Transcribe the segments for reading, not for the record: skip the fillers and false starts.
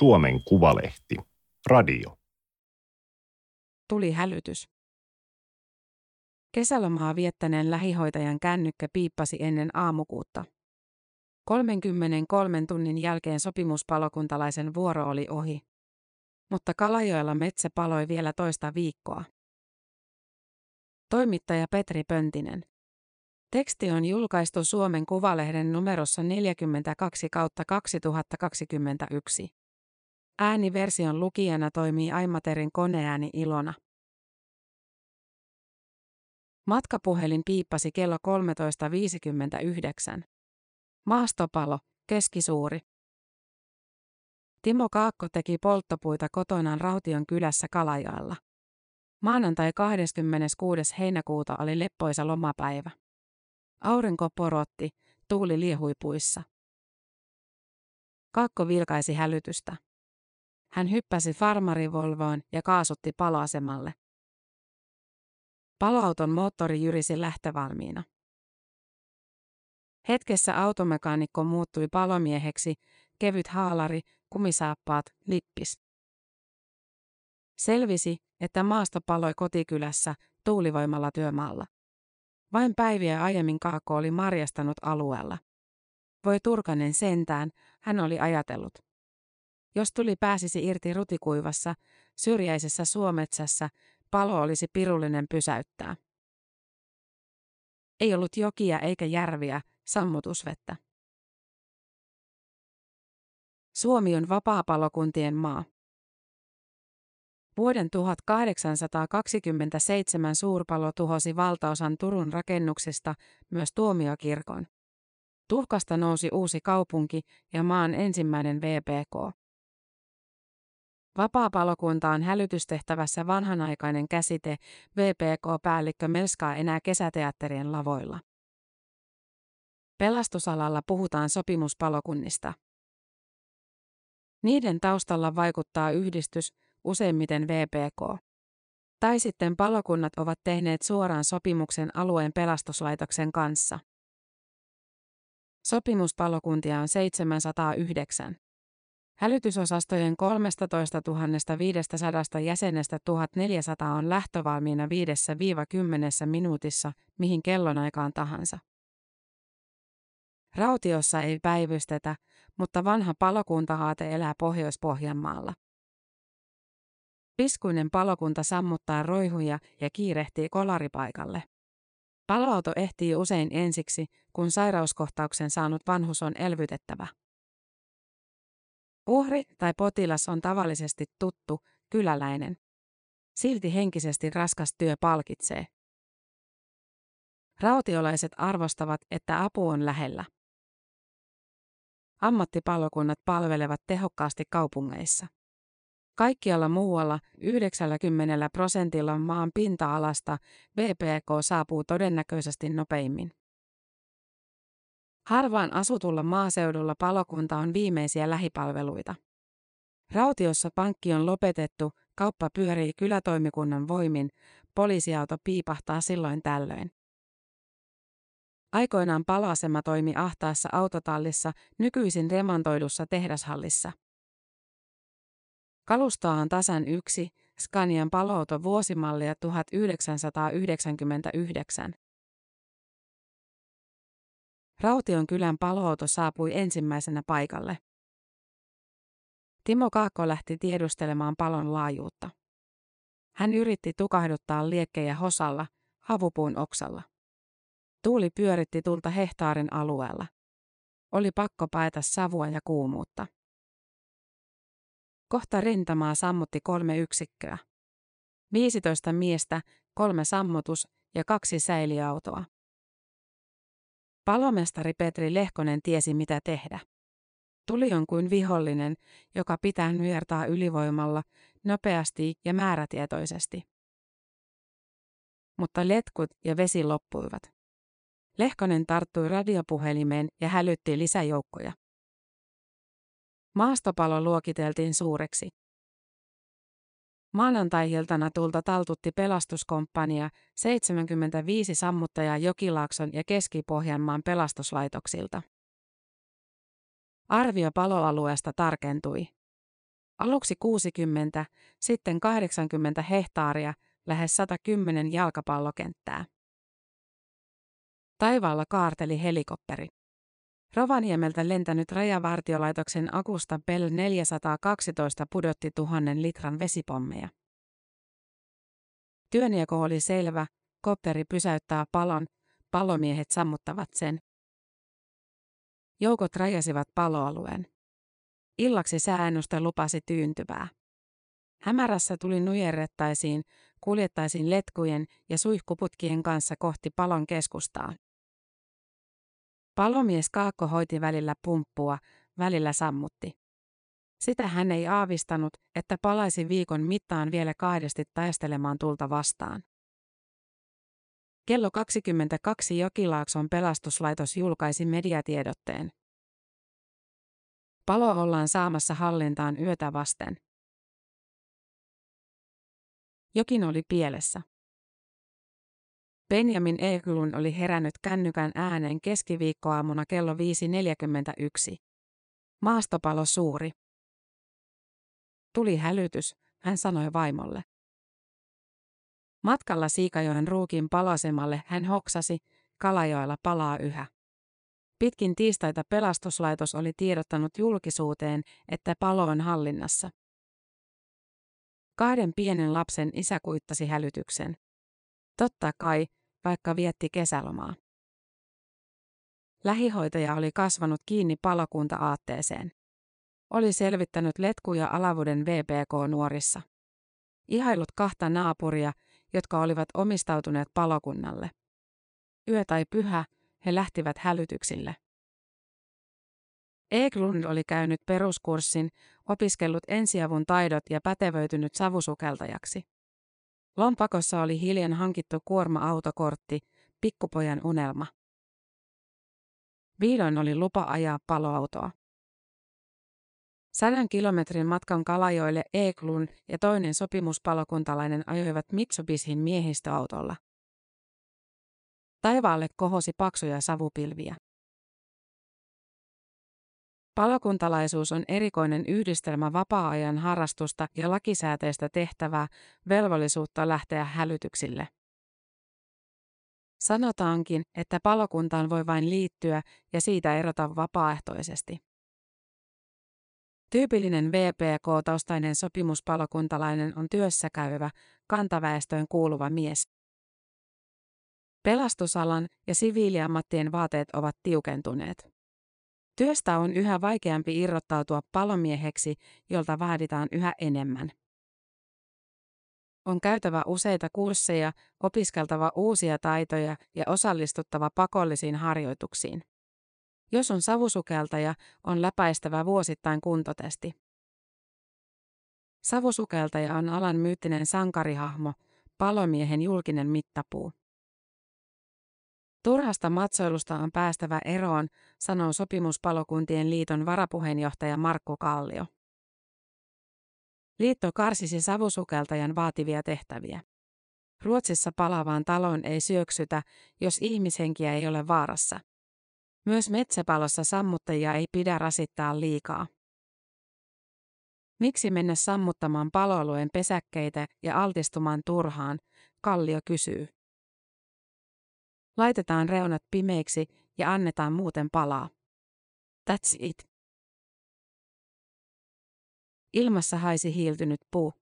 Suomen Kuvalehti. Radio. Tuli hälytys. Kesälomaa viettäneen lähihoitajan kännykkä piippasi ennen aamukuutta. 33 tunnin jälkeen sopimuspalokuntalaisen vuoro oli ohi. Mutta Kalajoella metsä paloi vielä toista viikkoa. Toimittaja Petri Pöntinen. Teksti on julkaistu Suomen Kuvalehden numerossa 42/2021. Ääniversion lukijana toimii Aimaterin koneääni Ilona. Matkapuhelin piippasi kello 13.59. Maastopalo, keskisuuri. Timo Kaakko teki polttopuita kotonaan Raution kylässä Kalajoella. Maanantai 26. heinäkuuta oli leppoisa lomapäivä. Aurinko porotti, tuuli liehui puissa. Kaakko vilkaisi hälytystä. Hän hyppäsi farmarivolvoon ja kaasutti paloasemalle. Paloauton moottori jyrisi lähtövalmiina. Hetkessä automekaanikko muuttui palomieheksi, kevyt haalari, kumisaappaat, lippis. Selvisi, että maasto paloi kotikylässä, tuulivoimalla työmaalla. Vain päiviä aiemmin Kaakko oli marjastanut alueella. Voi Turkanen sentään, hän oli ajatellut. Jos tuli pääsisi irti rutikuivassa, syrjäisessä suometsässä, palo olisi pirullinen pysäyttää. Ei ollut jokia eikä järviä, sammutusvettä. Suomi on vapaapalokuntien maa. Vuoden 1827 suurpalo tuhosi valtaosan Turun rakennuksista, myös Tuomiokirkon. Tuhkasta nousi uusi kaupunki ja maan ensimmäinen VPK. Vapaapalokunta on hälytystehtävässä vanhanaikainen käsite, VPK-päällikkö melskaa enää kesäteatterien lavoilla. Pelastusalalla puhutaan sopimuspalokunnista. Niiden taustalla vaikuttaa yhdistys, useimmiten VPK. Tai sitten palokunnat ovat tehneet suoraan sopimuksen alueen pelastuslaitoksen kanssa. Sopimuspalokuntia on 709. Hälytysosastojen 13 500 jäsenestä 1400 on lähtövalmiina 5–10 minuutissa, mihin kellonaikaan tahansa. Rautiossa ei päivystetä, mutta vanha palokuntahaate elää Pohjois-Pohjanmaalla. Piskuinen palokunta sammuttaa roihuja ja kiirehtii kolaripaikalle. Paloauto ehtii usein ensiksi, kun sairauskohtauksen saanut vanhus on elvytettävä. Uhri tai potilas on tavallisesti tuttu, kyläläinen. Silti henkisesti raskas työ palkitsee. Rautiolaiset arvostavat, että apu on lähellä. Ammattipalokunnat palvelevat tehokkaasti kaupungeissa. Kaikkialla muualla 90% maan pinta-alasta VPK saapuu todennäköisesti nopeimmin. Harvaan asutulla maaseudulla palokunta on viimeisiä lähipalveluita. Rautiossa pankki on lopetettu, kauppa pyörii kylätoimikunnan voimin, poliisiauto piipahtaa silloin tällöin. Aikoinaan paloasema toimi ahtaassa autotallissa, nykyisin remontoidussa tehdashallissa. Kalustoa on tasan yksi, Scanian paloauto vuosimallia 1999. Raution kylän paloauto saapui ensimmäisenä paikalle. Timo Kaakko lähti tiedustelemaan palon laajuutta. Hän yritti tukahduttaa liekkejä hosalla, havupuun oksalla. Tuuli pyöritti tulta hehtaarin alueella. Oli pakko paeta savua ja kuumuutta. Kohta rintamaa sammutti 3 yksikköä. 15 miestä, 3 sammutus- ja 2 säiliöautoa. Palomestari Petri Lehkonen tiesi mitä tehdä. Tuli on kuin vihollinen, joka pitää nujertaa ylivoimalla, nopeasti ja määrätietoisesti. Mutta letkut ja vesi loppuivat. Lehkonen tarttui radiopuhelimeen ja hälytti lisäjoukkoja. Maastopalo luokiteltiin suureksi. Maanantai-iltana tulta taltutti pelastuskomppania 75 sammuttajaa Jokilaakson ja Keski-Pohjanmaan pelastuslaitoksilta. Arvio paloalueesta tarkentui. Aluksi 60, sitten 80 hehtaaria, lähes 110 jalkapallokenttää. Taivaalla kaarteli helikopteri. Rovaniemeltä lentänyt Rajavartiolaitoksen akusta Bell 412 pudotti 1000 litran vesipommeja. Työnjako oli selvä, kopteri pysäyttää palon, palomiehet sammuttavat sen. Joukot rajasivat paloalueen. Illaksi sääennuste lupasi tyyntyvää. Hämärässä tuli nujerrettaisiin, kuljettaisiin letkujen ja suihkuputkien kanssa kohti palon keskustaa. Palomies Kaakko hoiti välillä pumppua, välillä sammutti. Sitä hän ei aavistanut, että palaisi viikon mittaan vielä kahdesti taistelemaan tulta vastaan. Kello 22 Jokilaakson pelastuslaitos julkaisi mediatiedotteen. Palo ollaan saamassa hallintaan yötä vasten. Jokin oli pielessä. Benjamin Eklund oli herännyt kännykän ääneen keskiviikkoaamuna kello 5.41. Maastopalo suuri. Tuli hälytys, hän sanoi vaimolle. Matkalla Siikajoen Ruukin paloasemalle hän hoksasi, Kalajoella palaa yhä. Pitkin tiistaita pelastuslaitos oli tiedottanut julkisuuteen, että palo on hallinnassa. 2 pienen lapsen isä kuittasi hälytyksen. Totta kai, vaikka vietti kesälomaa. Lähihoitaja oli kasvanut kiinni palokunta-aatteeseen. Oli selvittänyt letkuja Alavuden VPK-nuorissa. Ihaillut 2 naapuria, jotka olivat omistautuneet palokunnalle. Yö tai pyhä, he lähtivät hälytyksille. Eklund oli käynyt peruskurssin, opiskellut ensiavun taidot ja pätevöitynyt savusukeltajaksi. Lompakossa oli hiljan hankittu kuorma-autokortti, pikkupojan unelma. Vihdoin oli lupa ajaa paloautoa. 100 kilometrin matkan Kalajoelle Eklund ja toinen sopimuspalokuntalainen ajoivat Mitsubishin miehistöautolla. Taivaalle kohosi paksuja savupilviä. Palokuntalaisuus on erikoinen yhdistelmä vapaa-ajan harrastusta ja lakisääteistä tehtävää, velvollisuutta lähteä hälytyksille. Sanotaankin, että palokuntaan voi vain liittyä ja siitä erota vapaaehtoisesti. Tyypillinen VPK-taustainen sopimuspalokuntalainen on työssäkäyvä, kantaväestöön kuuluva mies. Pelastusalan ja siviiliammattien vaateet ovat tiukentuneet. Työstä on yhä vaikeampi irrottautua palomieheksi, jolta vaaditaan yhä enemmän. On käytävä useita kursseja, opiskeltava uusia taitoja ja osallistuttava pakollisiin harjoituksiin. Jos on savusukeltaja, on läpäistävä vuosittain kuntotesti. Savusukeltaja on alan myyttinen sankarihahmo, palomiehen julkinen mittapuu. Turhasta matsoilusta on päästävä eroon, sanoo Sopimuspalokuntien liiton varapuheenjohtaja Markku Kallio. Liitto karsisi savusukeltajan vaativia tehtäviä. Ruotsissa palavaan taloon ei syöksytä, jos ihmishenkiä ei ole vaarassa. Myös metsäpalossa sammuttajia ei pidä rasittaa liikaa. Miksi mennä sammuttamaan paloalueen pesäkkeitä ja altistumaan turhaan, Kallio kysyy. Laitetaan reunat pimeiksi ja annetaan muuten palaa. That's it. Ilmassa haisi hiiltynyt puu.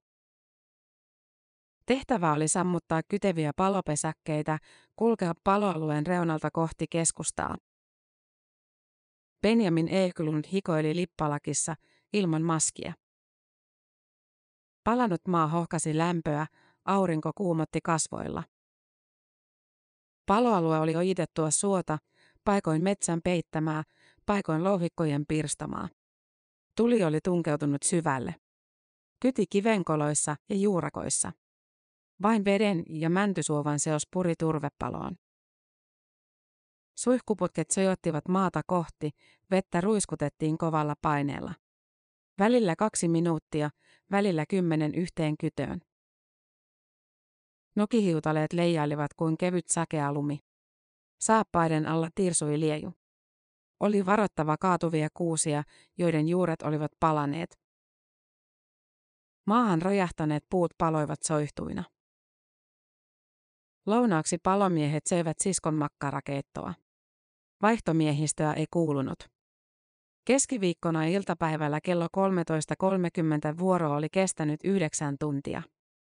Tehtävä oli sammuttaa kyteviä palopesäkkeitä, kulkea paloalueen reunalta kohti keskustaa. Benjamin Eklund hikoili lippalakissa ilman maskia. Palanut maa hohkasi lämpöä, aurinko kuumotti kasvoilla. Paloalue oli ojitettua suota, paikoin metsän peittämää, paikoin louhikkojen pirstomaa. Tuli oli tunkeutunut syvälle. Kyti kivenkoloissa ja juurakoissa. Vain veden ja mäntysuovan seos puri turvepaloon. Suihkuputket sojottivat maata kohti, vettä ruiskutettiin kovalla paineella. Välillä 2 minuuttia, välillä 10 yhteen kytöön. Nokihiutaleet leijailivat kuin kevyt sakea lumi. Saappaiden alla tirsui lieju. Oli varottava kaatuvia kuusia, joiden juuret olivat palaneet. Maahan rojahtaneet puut paloivat soihtuina. Lounaaksi palomiehet söivät siskon makkarakeittoa. Vaihtomiehistöä ei kuulunut. Keskiviikkona iltapäivällä kello 13.30 vuoro oli kestänyt 9 tuntia.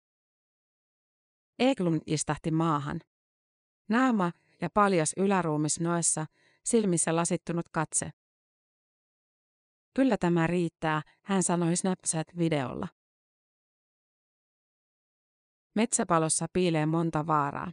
Eklund istahti maahan. Naama ja paljas yläruumis noessa, silmissä lasittunut katse. Kyllä tämä riittää, hän sanoi Snapchat-videolla. Metsäpalossa piilee monta vaaraa.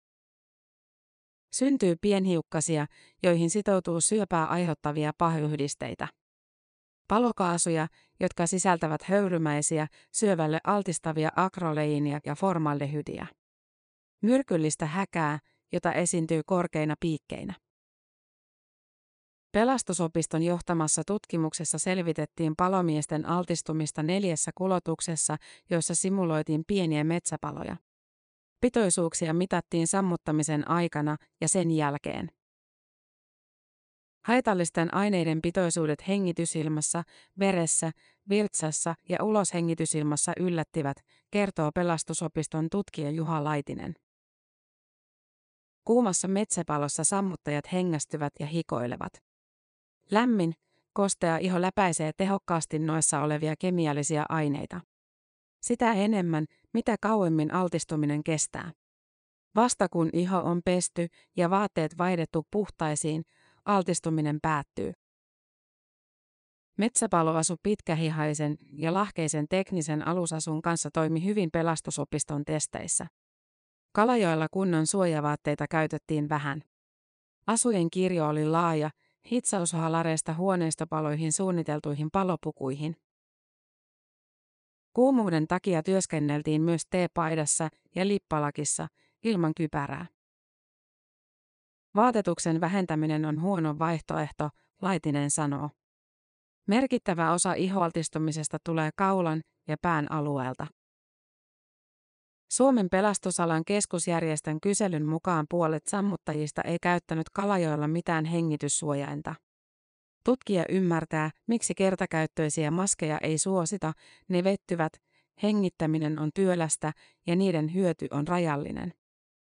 Syntyy pienhiukkasia, joihin sitoutuu syöpää aiheuttavia pahoyhdisteitä. Palokaasuja, jotka sisältävät höyrymäisiä, syövälle altistavia akroleiinia ja formaldehydiä. Myrkyllistä häkää, jota esiintyy korkeina piikkeinä. Pelastusopiston johtamassa tutkimuksessa selvitettiin palomiesten altistumista 4 kulotuksessa, joissa simuloitiin pieniä metsäpaloja. Pitoisuuksia mitattiin sammuttamisen aikana ja sen jälkeen. Haitallisten aineiden pitoisuudet hengitysilmassa, veressä, virtsassa ja uloshengitysilmassa yllättivät, kertoo Pelastusopiston tutkija Juha Laitinen. Kuumassa metsäpalossa sammuttajat hengästyvät ja hikoilevat. Lämmin, kostea iho läpäisee tehokkaasti noissa olevia kemiallisia aineita. Sitä enemmän, mitä kauemmin altistuminen kestää. Vasta kun iho on pesty ja vaatteet vaihdettu puhtaisiin, altistuminen päättyy. Metsäpaloasu pitkähihaisen ja lahkeisen teknisen alusasun kanssa toimi hyvin Pelastusopiston testeissä. Kalajoella kunnon suojavaatteita käytettiin vähän. Asujen kirjo oli laaja, hitsaushalareista huoneistopaloihin suunniteltuihin palopukuihin. Kuumuuden takia työskenneltiin myös teepaidassa ja lippalakissa, ilman kypärää. Vaatetuksen vähentäminen on huono vaihtoehto, Laitinen sanoo. Merkittävä osa ihoaltistumisesta tulee kaulan ja pään alueelta. Suomen pelastusalan keskusjärjestön kyselyn mukaan puolet sammuttajista ei käyttänyt Kalajoella mitään hengityssuojainta. Tutkija ymmärtää, miksi kertakäyttöisiä maskeja ei suosita, ne vettyvät, hengittäminen on työlästä ja niiden hyöty on rajallinen.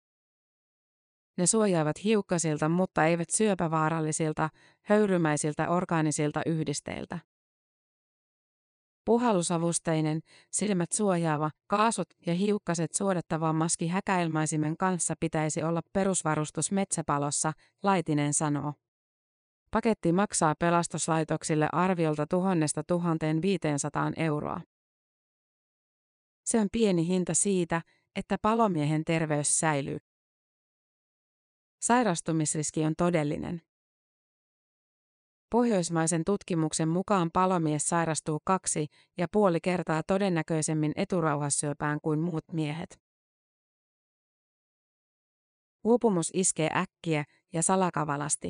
Ne suojaavat hiukkasilta, mutta eivät syöpävaarallisilta, höyrymäisiltä orgaanisilta yhdisteiltä. Puhallusavusteinen, silmät suojaava, kaasut ja hiukkaset suodattava maski häkäilmaisimen kanssa pitäisi olla perusvarustus metsäpalossa, Laitinen sanoo. Paketti maksaa pelastuslaitoksille arviolta 1 000–1 500 €. Se on pieni hinta siitä, että palomiehen terveys säilyy. Sairastumisriski on todellinen. Pohjoismaisen tutkimuksen mukaan palomies sairastuu 2,5 kertaa todennäköisemmin eturauhassyöpään kuin muut miehet. Uupumus iskee äkkiä ja salakavalasti.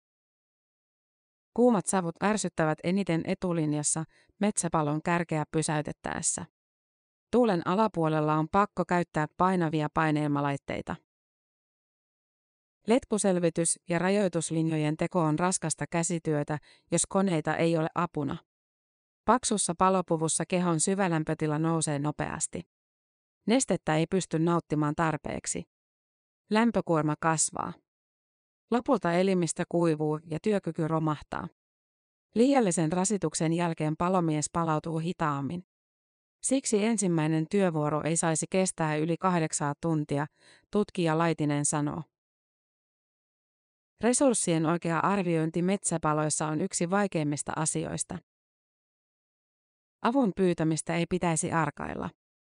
Kuumat savut ärsyttävät eniten etulinjassa metsäpalon kärkeä pysäytettäessä. Tuulen alapuolella on pakko käyttää painavia paineilmalaitteita. Letkuselvitys ja rajoituslinjojen teko on raskasta käsityötä, jos koneita ei ole apuna. Paksussa palopuvussa kehon syvälämpötila nousee nopeasti. Nestettä ei pysty nauttimaan tarpeeksi. Lämpökuorma kasvaa. Lopulta elimistö kuivuu ja työkyky romahtaa. Liiallisen rasituksen jälkeen palomies palautuu hitaammin. Siksi ensimmäinen työvuoro ei saisi kestää yli 8 tuntia, tutkija Laitinen sanoo. Resurssien oikea arviointi metsäpaloissa on yksi vaikeimmista asioista. Avun pyytämistä ei pitäisi arkailla.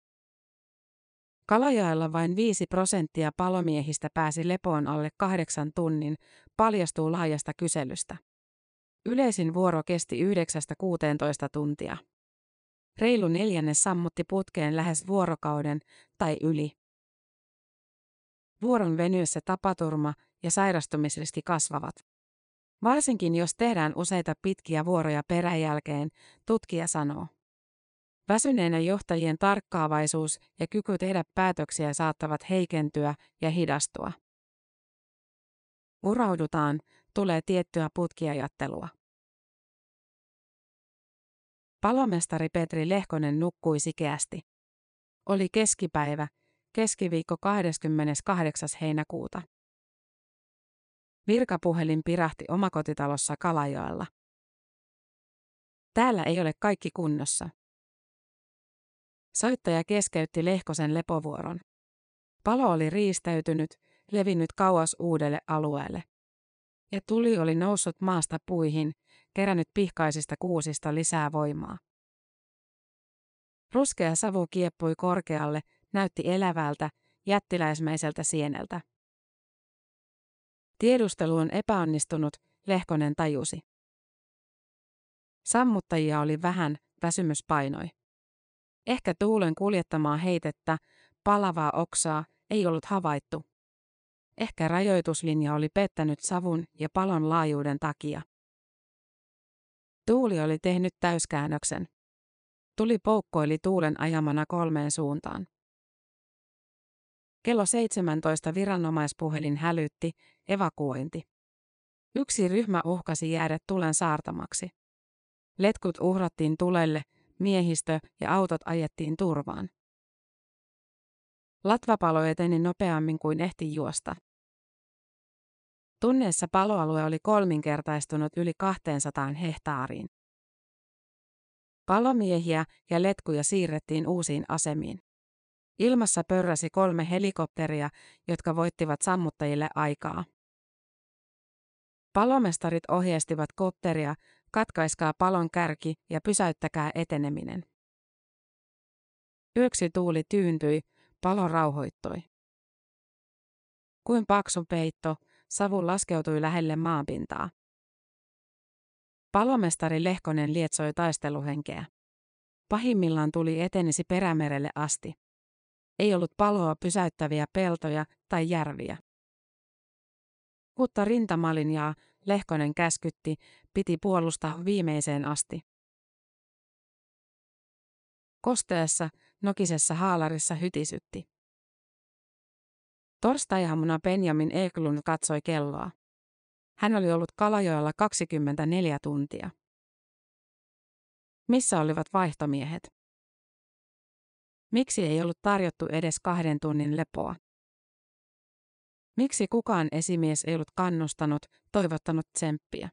Kalajoella vain 5% palomiehistä pääsi lepoon alle 8 tunnin, paljastuu laajasta kyselystä. Yleisin vuoro kesti 9–16 tuntia. Reilu neljännes sammutti putkeen lähes vuorokauden tai yli. Vuoron venyessä tapaturma ja sairastumisriski kasvavat. Varsinkin jos tehdään useita pitkiä vuoroja peräjälkeen, tutkija sanoo. Väsyneenä johtajien tarkkaavaisuus ja kyky tehdä päätöksiä saattavat heikentyä ja hidastua. Uraudutaan, tulee tiettyä putkiajattelua. Palomestari Petri Lehkonen nukkui sikeästi. Oli keskipäivä, keskiviikko 28. heinäkuuta. Virkapuhelin pirahti omakotitalossa Kalajoella. Täällä ei ole kaikki kunnossa. Soittaja keskeytti Lehkosen lepovuoron. Palo oli riistäytynyt, levinnyt kauas uudelle alueelle. Ja tuli oli noussut maasta puihin, kerännyt pihkaisista kuusista lisää voimaa. Ruskea savu kieppui korkealle, näytti elävältä, jättiläismäiseltä sieneltä. Tiedustelu on epäonnistunut, Lehkonen tajusi. Sammuttajia oli vähän, väsymys painoi. Ehkä tuulen kuljettamaa heitettä, palavaa oksaa, ei ollut havaittu. Ehkä rajoituslinja oli pettänyt savun ja palon laajuuden takia. Tuuli oli tehnyt täyskäännöksen. Tuli poukkoili tuulen ajamana 3 suuntaan. Kello 17 viranomaispuhelin hälytti, evakuointi. Yksi ryhmä uhkasi jäädä tulen saartamaksi. Letkut uhrattiin tulelle, miehistö ja autot ajettiin turvaan. Latvapalo eteni nopeammin kuin ehti juosta. Tunneessa paloalue oli 3-kertaistunut yli 200 hehtaariin. Palomiehiä ja letkuja siirrettiin uusiin asemiin. Ilmassa pörräsi 3 helikopteria, jotka voittivat sammuttajille aikaa. Palomestarit ohjeistivat kopteria, katkaiskaa palon kärki ja pysäyttäkää eteneminen. Yöksi tuuli tyyntyi, palo rauhoittui. Kuin paksu peitto, savu laskeutui lähelle maanpintaa. Palomestari Lehkonen lietsoi taisteluhenkeä. Pahimmillaan tuli etenisi Perämerelle asti. Ei ollut paloa pysäyttäviä peltoja tai järviä. Uutta rintamalinjaa, Lehkonen käskytti, piti puolustaa viimeiseen asti. Kosteassa, nokisessa haalarissa hytisytti. Torstaiaamuna Benjamin Eklund katsoi kelloa. Hän oli ollut Kalajoella 24 tuntia. Missä olivat vaihtomiehet? Miksi ei ollut tarjottu edes 2 tunnin lepoa? Miksi kukaan esimies ei ollut kannustanut, toivottanut tsemppiä?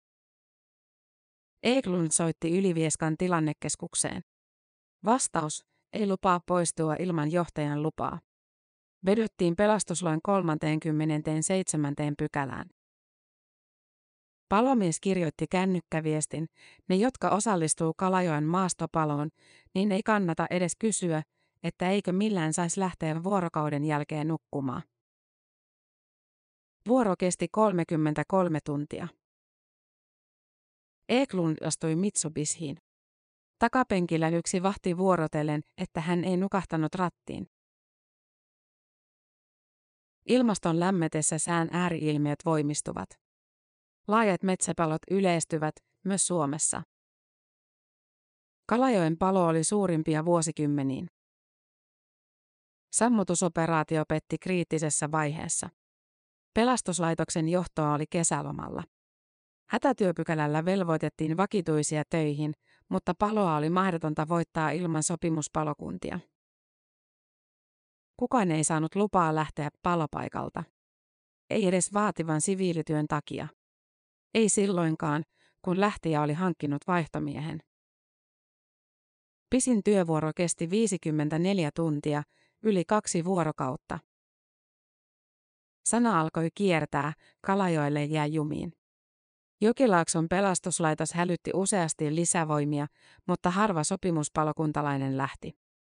Eklund soitti Ylivieskan tilannekeskukseen. Vastaus, ei lupaa poistua ilman johtajan lupaa. Vedottiin pelastuslain 37. pykälään. Palomies kirjoitti kännykkäviestin, ne jotka osallistuu Kalajoen maastopaloon, niin ei kannata edes kysyä, että eikö millään saisi lähteä vuorokauden jälkeen nukkumaan. Vuoro kesti 33 tuntia. Eklund astui Mitsubishiin. Takapenkillä yksi vahti vuorotellen, että hän ei nukahtanut rattiin. Ilmaston lämmetessä sään ääriilmiöt voimistuvat. Laajat metsäpalot yleistyvät, myös Suomessa. Kalajoen palo oli suurimpia vuosikymmeniin. Sammutusoperaatio petti kriittisessä vaiheessa. Pelastuslaitoksen johtoa oli kesälomalla. Hätätyöpykälällä velvoitettiin vakituisia töihin, mutta paloa oli mahdotonta voittaa ilman sopimuspalokuntia. Kukaan ei saanut lupaa lähteä palopaikalta. Ei edes vaativan siviilityön takia. Ei silloinkaan, kun lähtijä oli hankkinut vaihtomiehen. Pisin työvuoro kesti 54 tuntia, yli 2 vuorokautta. Sana alkoi kiertää, Kalajoelle jäi jumiin. Jokilaakson pelastuslaitos hälytti useasti lisävoimia, mutta harva sopimuspalokuntalainen lähti.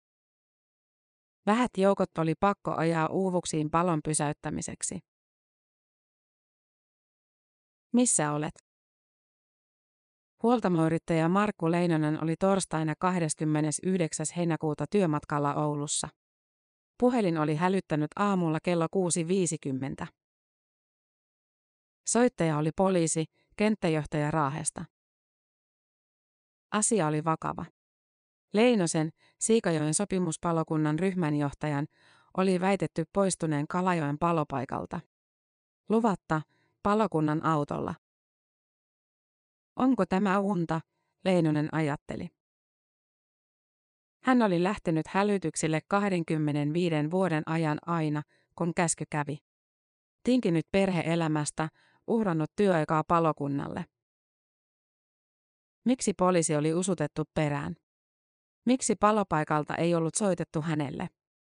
Vähät joukot oli pakko ajaa uuvuksiin palon pysäyttämiseksi. Missä olet? Huoltamoyrittäjä Markku Leinonen oli torstaina 29. heinäkuuta työmatkalla Oulussa. Puhelin oli hälyttänyt aamulla kello 6.50. Soittaja oli poliisi, kenttäjohtaja Raahesta. Asia oli vakava. Leinosen, Siikajoen sopimuspalokunnan ryhmänjohtajan, oli väitetty poistuneen Kalajoen palopaikalta. Luvatta, palokunnan autolla. Onko tämä unta, Leinonen ajatteli. Hän oli lähtenyt hälytyksille 25 vuoden ajan aina, kun käsky kävi. Tinkinyt perhe-elämästä, uhrannut työaikaa palokunnalle. Miksi poliisi oli usutettu perään? Miksi palopaikalta ei ollut soitettu hänelle?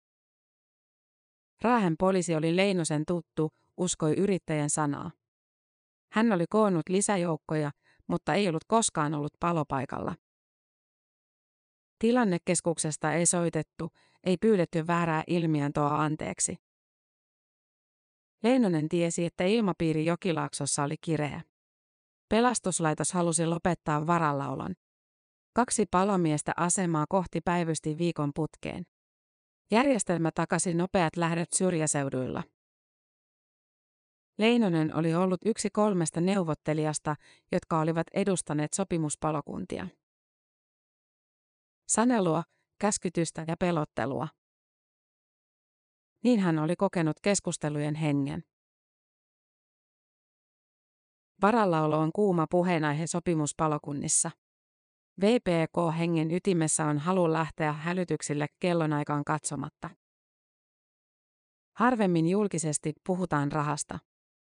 Raahen poliisi oli Leinosen tuttu, uskoi yrittäjän sanaa. Hän oli koonnut lisäjoukkoja, mutta ei ollut koskaan ollut palopaikalla. Tilannekeskuksesta ei soitettu, ei pyydetty väärää ilmiantoa anteeksi. Leinonen tiesi, että ilmapiiri Jokilaaksossa oli kireä. Pelastuslaitos halusi lopettaa varallaolon. 2 palomiestä asemaa kohti päivysti viikon putkeen. Järjestelmä takasi nopeat lähdöt syrjäseuduilla. Leinonen oli ollut yksi 3 neuvottelijasta, jotka olivat edustaneet sopimuspalokuntia. Sanelua, käskytystä ja pelottelua. Niin hän oli kokenut keskustelujen hengen. Varallaolo on kuuma puheenaihe sopimuspalokunnissa. VPK-hengen ytimessä on halu lähteä hälytyksille kellonaikaan katsomatta. Harvemmin julkisesti puhutaan rahasta.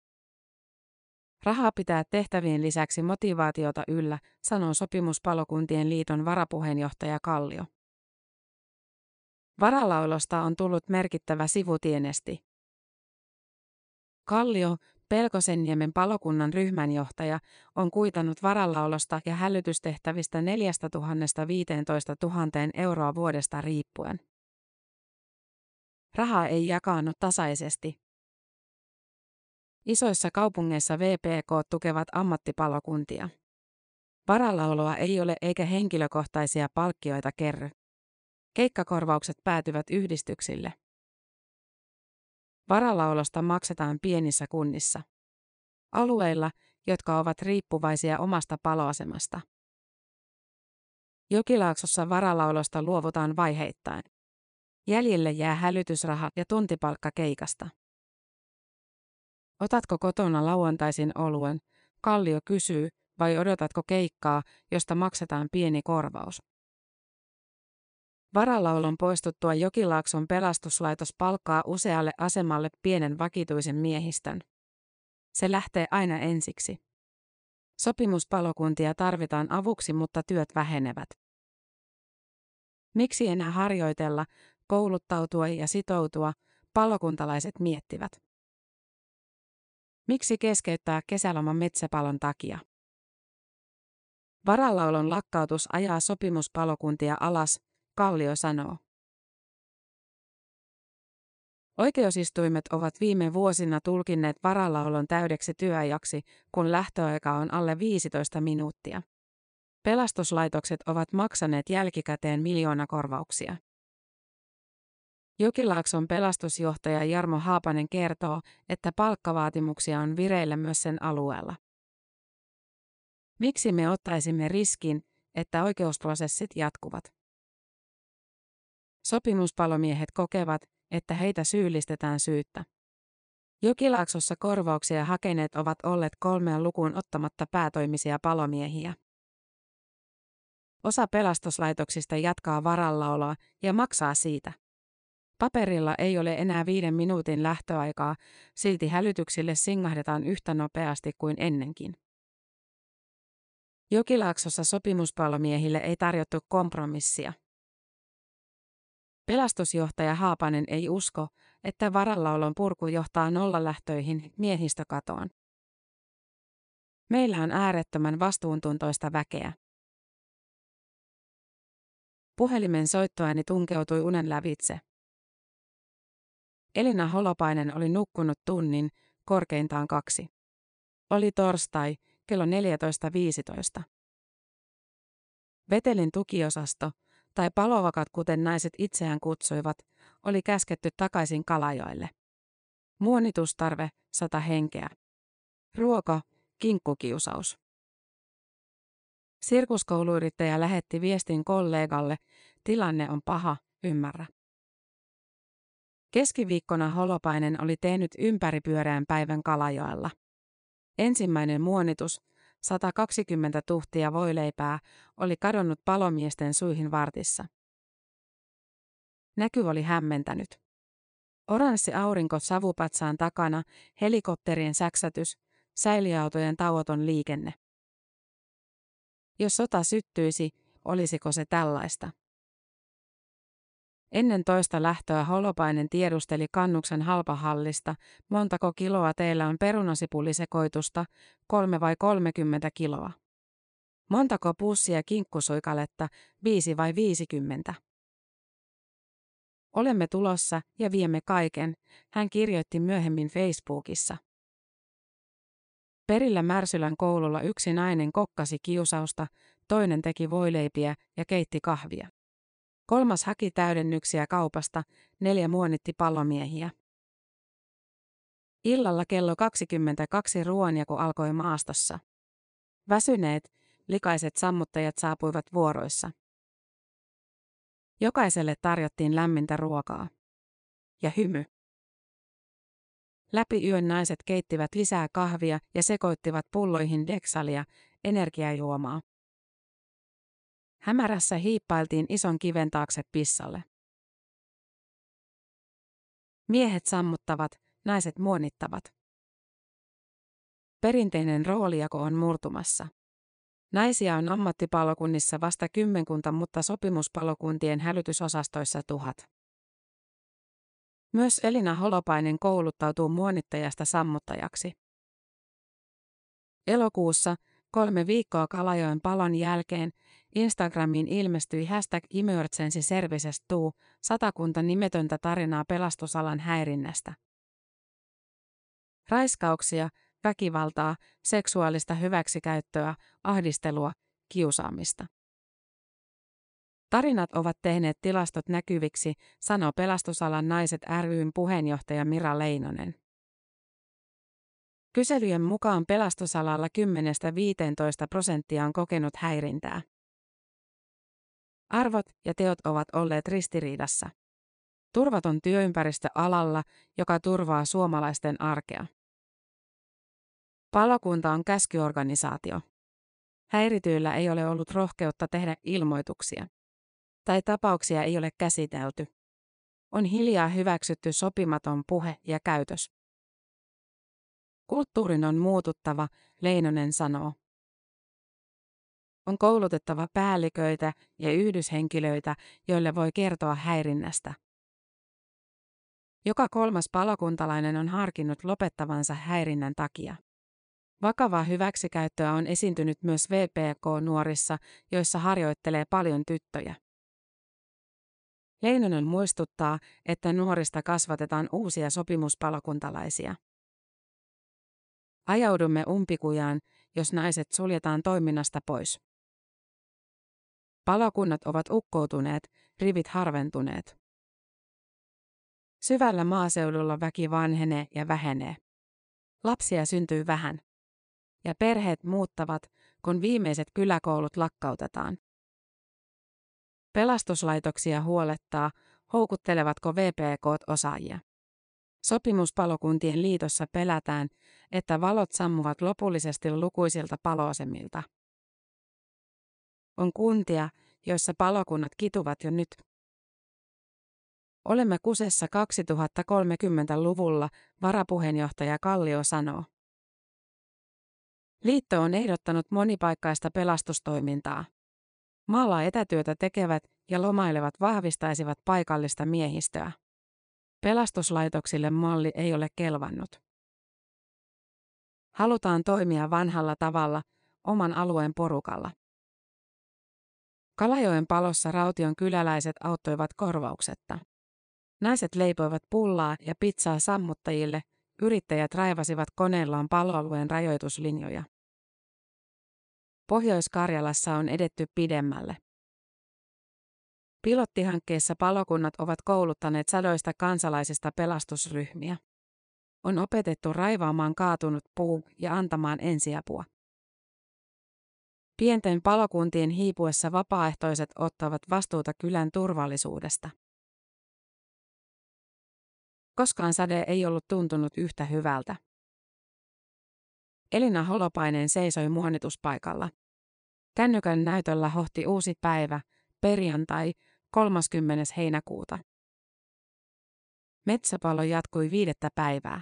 Rahaa pitää tehtävien lisäksi motivaatiota yllä, sanoo Sopimuspalokuntien liiton varapuheenjohtaja Kallio. Varallaolosta on tullut merkittävä sivutienesti. Kallio, Pelkosenniemen palokunnan ryhmänjohtaja, on kuitannut varallaolosta ja hälytystehtävistä 4 000 15 000 euroa vuodesta riippuen. Raha ei jakaannu tasaisesti. Isoissa kaupungeissa VPK tukevat ammattipalokuntia. Varallaoloa ei ole eikä henkilökohtaisia palkkioita kerry. Keikkakorvaukset päätyvät yhdistyksille. Varallaolosta maksetaan pienissä kunnissa. Alueilla, jotka ovat riippuvaisia omasta paloasemasta. Jokilaaksossa varallaolosta luovutaan vaiheittain. Jäljelle jää hälytysraha ja tuntipalkka keikasta. Otatko kotona lauantaisin oluen, Kallio kysyy, vai odotatko keikkaa, josta maksetaan pieni korvaus? Varallaolon poistuttua Jokilaakson pelastuslaitos palkkaa usealle asemalle pienen vakituisen miehistön. Se lähtee aina ensiksi. Sopimuspalokuntia tarvitaan avuksi, mutta työt vähenevät. Miksi enää harjoitella, kouluttautua ja sitoutua, palokuntalaiset miettivät. Miksi keskeyttää kesäloman metsäpalon takia? Varallaolon lakkautus ajaa sopimuspalokuntia alas, Kallio sanoo. Oikeusistuimet ovat viime vuosina tulkinneet varallaolon täydeksi työajaksi, kun lähtöaika on alle 15 minuuttia. Pelastuslaitokset ovat maksaneet jälkikäteen miljoonakorvauksia. Jokilaakson pelastusjohtaja Jarmo Haapanen kertoo, että palkkavaatimuksia on vireillä myös sen alueella. Miksi me ottaisimme riskin, että oikeusprosessit jatkuvat? Sopimuspalomiehet kokevat, että heitä syyllistetään syyttä. Jokilaaksossa korvauksia hakeneet ovat olleet 3 lukuun ottamatta päätoimisia palomiehiä. Osa pelastuslaitoksista jatkaa varallaoloa ja maksaa siitä. Paperilla ei ole enää 5 minuutin lähtöaikaa, silti hälytyksille singahdetaan yhtä nopeasti kuin ennenkin. Jokilaaksossa sopimuspalomiehille ei tarjottu kompromissia. Pelastusjohtaja Haapanen ei usko, että varallaolon purku johtaa nollalähtöihin miehistökatoon. Meillä on äärettömän vastuuntuntoista väkeä. Puhelimen soittoääni tunkeutui unen lävitse. Elina Holopainen oli nukkunut tunnin, korkeintaan 2. Oli torstai, kello 14.15. Vetelin tukiosasto, tai palovakat kuten naiset itseään kutsuivat, oli käsketty takaisin Kalajoelle. Muonitustarve, 100 henkeä. Ruoka, kinkkukiusaus. Sirkuskouluyrittäjä lähetti viestin kollegalle, tilanne on paha, ymmärrä. Keskiviikkona Holopainen oli tehnyt ympäripyöreän päivän Kalajoella. Ensimmäinen muonitus, 120 tuhtia voileipää, oli kadonnut palomiesten suihin vartissa. Näky oli hämmentänyt. Oranssi aurinko savupatsaan takana, helikopterien säksätys, säiliöautojen tauoton liikenne. Jos sota syttyisi, olisiko se tällaista? Ennen toista lähtöä Holopainen tiedusteli Kannuksen halpahallista, montako kiloa teillä on perunasipulisekoitusta, 3 vai 30 kiloa. Montako pussia kinkkusuikaletta, 5 vai 50. Olemme tulossa ja viemme kaiken, hän kirjoitti myöhemmin Facebookissa. Perillä Märsylän koululla yksi nainen kokkasi kiusausta, toinen teki voileipiä ja keitti kahvia. 3. haki täydennyksiä kaupasta, 4 muonitti palomiehiä. Illalla kello 22 ruoanjako alkoi maastossa. Väsyneet, likaiset sammuttajat saapuivat vuoroissa. Jokaiselle tarjottiin lämmintä ruokaa. Ja hymy. Läpi yön naiset keittivät lisää kahvia ja sekoittivat pulloihin deksalia, energiajuomaa. Hämärässä hiippailtiin ison kiven taakse pissalle. Miehet sammuttavat, naiset muonittavat. Perinteinen roolijako on murtumassa. Naisia on ammattipalokunnissa vasta 10, mutta sopimuspalokuntien hälytysosastoissa 1000. Myös Elina Holopainen kouluttautuu muonittajasta sammuttajaksi. Elokuussa, 3 viikkoa Kalajoen palon jälkeen, Instagramiin ilmestyi #emergency services to 100 nimetöntä tarinaa pelastusalan häirinnästä. Raiskauksia, väkivaltaa, seksuaalista hyväksikäyttöä, ahdistelua, kiusaamista. Tarinat ovat tehneet tilastot näkyviksi, sanoo Pelastusalan naiset ry:n puheenjohtaja Mira Leinonen. Kyselyjen mukaan pelastusalalla 10–15% on kokenut häirintää. Arvot ja teot ovat olleet ristiriidassa. Turvaton työympäristö alalla, joka turvaa suomalaisten arkea. Palokunta on käskyorganisaatio. Häirityillä ei ole ollut rohkeutta tehdä ilmoituksia. Tai tapauksia ei ole käsitelty. On hiljaa hyväksytty sopimaton puhe ja käytös. Kulttuurin on muututtava, Leinonen sanoo. On koulutettava päälliköitä ja yhdyshenkilöitä, joille voi kertoa häirinnästä. Joka 3. palokuntalainen on harkinnut lopettavansa häirinnän takia. Vakavaa hyväksikäyttöä on esiintynyt myös VPK-nuorissa, joissa harjoittelee paljon tyttöjä. Leinonen muistuttaa, että nuorista kasvatetaan uusia sopimuspalokuntalaisia. Ajaudumme umpikujaan, jos naiset suljetaan toiminnasta pois. Palokunnat ovat ukkoutuneet, rivit harventuneet. Syvällä maaseudulla väki vanhenee ja vähenee. Lapsia syntyy vähän. Ja perheet muuttavat, kun viimeiset kyläkoulut lakkautetaan. Pelastuslaitoksia huolettaa, houkuttelevatko VPK:t osaajia. Sopimuspalokuntien liitossa pelätään, että valot sammuvat lopullisesti lukuisilta paloasemilta. On kuntia, joissa palokunnat kituvat jo nyt. Olemme kusessa 2030-luvulla, varapuheenjohtaja Kallio sanoo. Liitto on ehdottanut monipaikkaista pelastustoimintaa. Maalla etätyötä tekevät ja lomailevat vahvistaisivat paikallista miehistöä. Pelastuslaitoksille malli ei ole kelvannut. Halutaan toimia vanhalla tavalla, oman alueen porukalla. Kalajoen palossa Raution kyläläiset auttoivat korvauksetta. Naiset leipoivat pullaa ja pizzaa sammuttajille, yrittäjät raivasivat koneellaan paloalueen rajoituslinjoja. Pohjois-Karjalassa on edetty pidemmälle. Pilottihankkeessa palokunnat ovat kouluttaneet sadoista kansalaisista pelastusryhmiä. On opetettu raivaamaan kaatunut puu ja antamaan ensiapua. Pienten palokuntien hiipuessa vapaaehtoiset ottavat vastuuta kylän turvallisuudesta. Koskaan sade ei ollut tuntunut yhtä hyvältä. Elina Holopainen seisoi muonituspaikalla. Kännykän näytöllä hohti uusi päivä, perjantai, 30. heinäkuuta. Metsäpalo jatkui 5. päivää.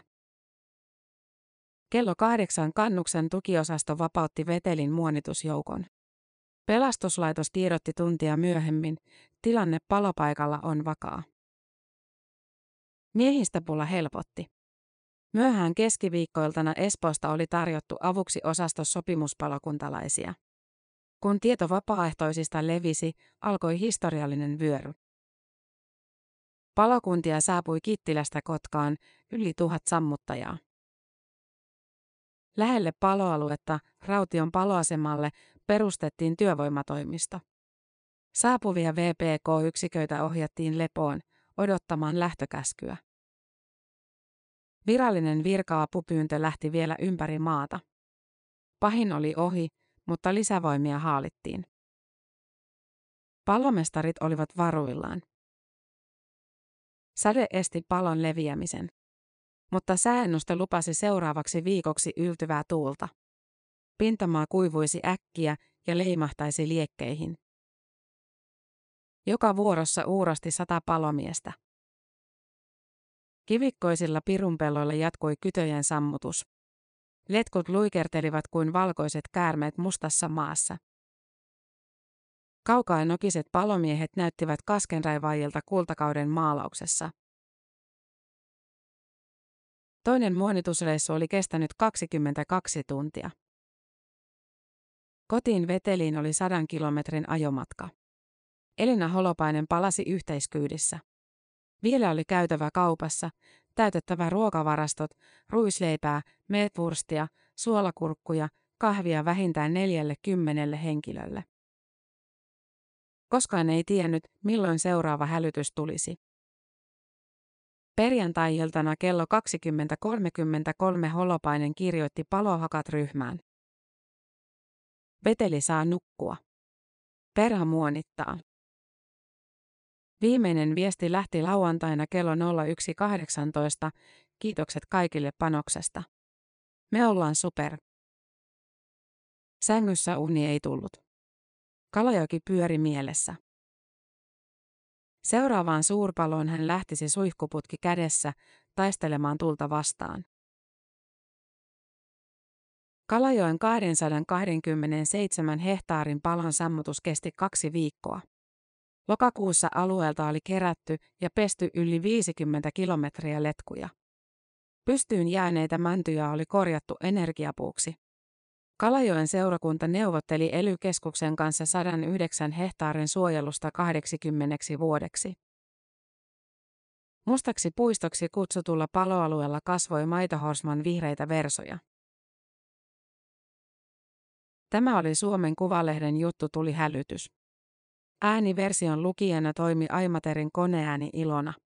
Kello 8 Kannuksen tukiosasto vapautti Vetelin muonitusjoukon. Pelastuslaitos tiedotti tuntia myöhemmin, tilanne palopaikalla on vakaa. Miehistöpula helpotti. Myöhään keskiviikkoiltana Espoosta oli tarjottu avuksi osastosopimuspalokuntalaisia. Kun tieto vapaaehtoisista levisi, alkoi historiallinen vyöry. Palokuntia saapui Kittilästä Kotkaan, yli 1000 sammuttajaa. Lähelle paloaluetta, Raution paloasemalle, perustettiin työvoimatoimisto. Saapuvia VPK-yksiköitä ohjattiin lepoon, odottamaan lähtökäskyä. Virallinen virka-apupyyntö lähti vielä ympäri maata. Pahin oli ohi, mutta lisävoimia haalittiin. Palomestarit olivat varuillaan. Sade esti palon leviämisen. Mutta sääennuste lupasi seuraavaksi viikoksi yltyvää tuulta. Pintamaa kuivuisi äkkiä ja leimahtaisi liekkeihin. Joka vuorossa uurasti 100 palomiestä. Kivikkoisilla pirunpelloilla jatkui kytöjen sammutus. Letkut luikertelivat kuin valkoiset käärmeet mustassa maassa. Kaukaa nokiset palomiehet näyttivät kaskenraivaajilta kultakauden maalauksessa. Toinen muonitusreissu oli kestänyt 22 tuntia. Kotiin Veteliin oli 100 kilometrin ajomatka. Elina Holopainen palasi yhteiskyydissä. Vielä oli käytävä kaupassa, täytettävä ruokavarastot, ruisleipää, meetwurstia, suolakurkkuja, kahvia vähintään 40 henkilölle. Koskaan ei tiennyt, milloin seuraava hälytys tulisi. Perjantai-iltana kello 20.33 Holopainen kirjoitti palohakat ryhmään. Veteli saa nukkua. Perha muonittaa. Viimeinen viesti lähti lauantaina kello 01.18. Kiitokset kaikille panoksesta. Me ollaan super. Sängyssä uni ei tullut. Kalajoki pyöri mielessä. Seuraavaan suurpaloon hän lähtisi suihkuputki kädessä taistelemaan tulta vastaan. Kalajoen 227 hehtaarin palon sammutus kesti 2 viikkoa. Lokakuussa alueelta oli kerätty ja pesty yli 50 kilometriä letkuja. Pystyyn jääneitä mäntyjä oli korjattu energiapuuksi. Kalajoen seurakunta neuvotteli ELY-keskuksen kanssa 109 hehtaarin suojelusta 80 vuodeksi. Mustaksi puistoksi kutsutulla paloalueella kasvoi maitohorsman vihreitä versoja. Tämä oli Suomen Kuvalehden juttu tuli hälytys. Ääniversion lukijana toimi Aimaterin koneääni Ilona.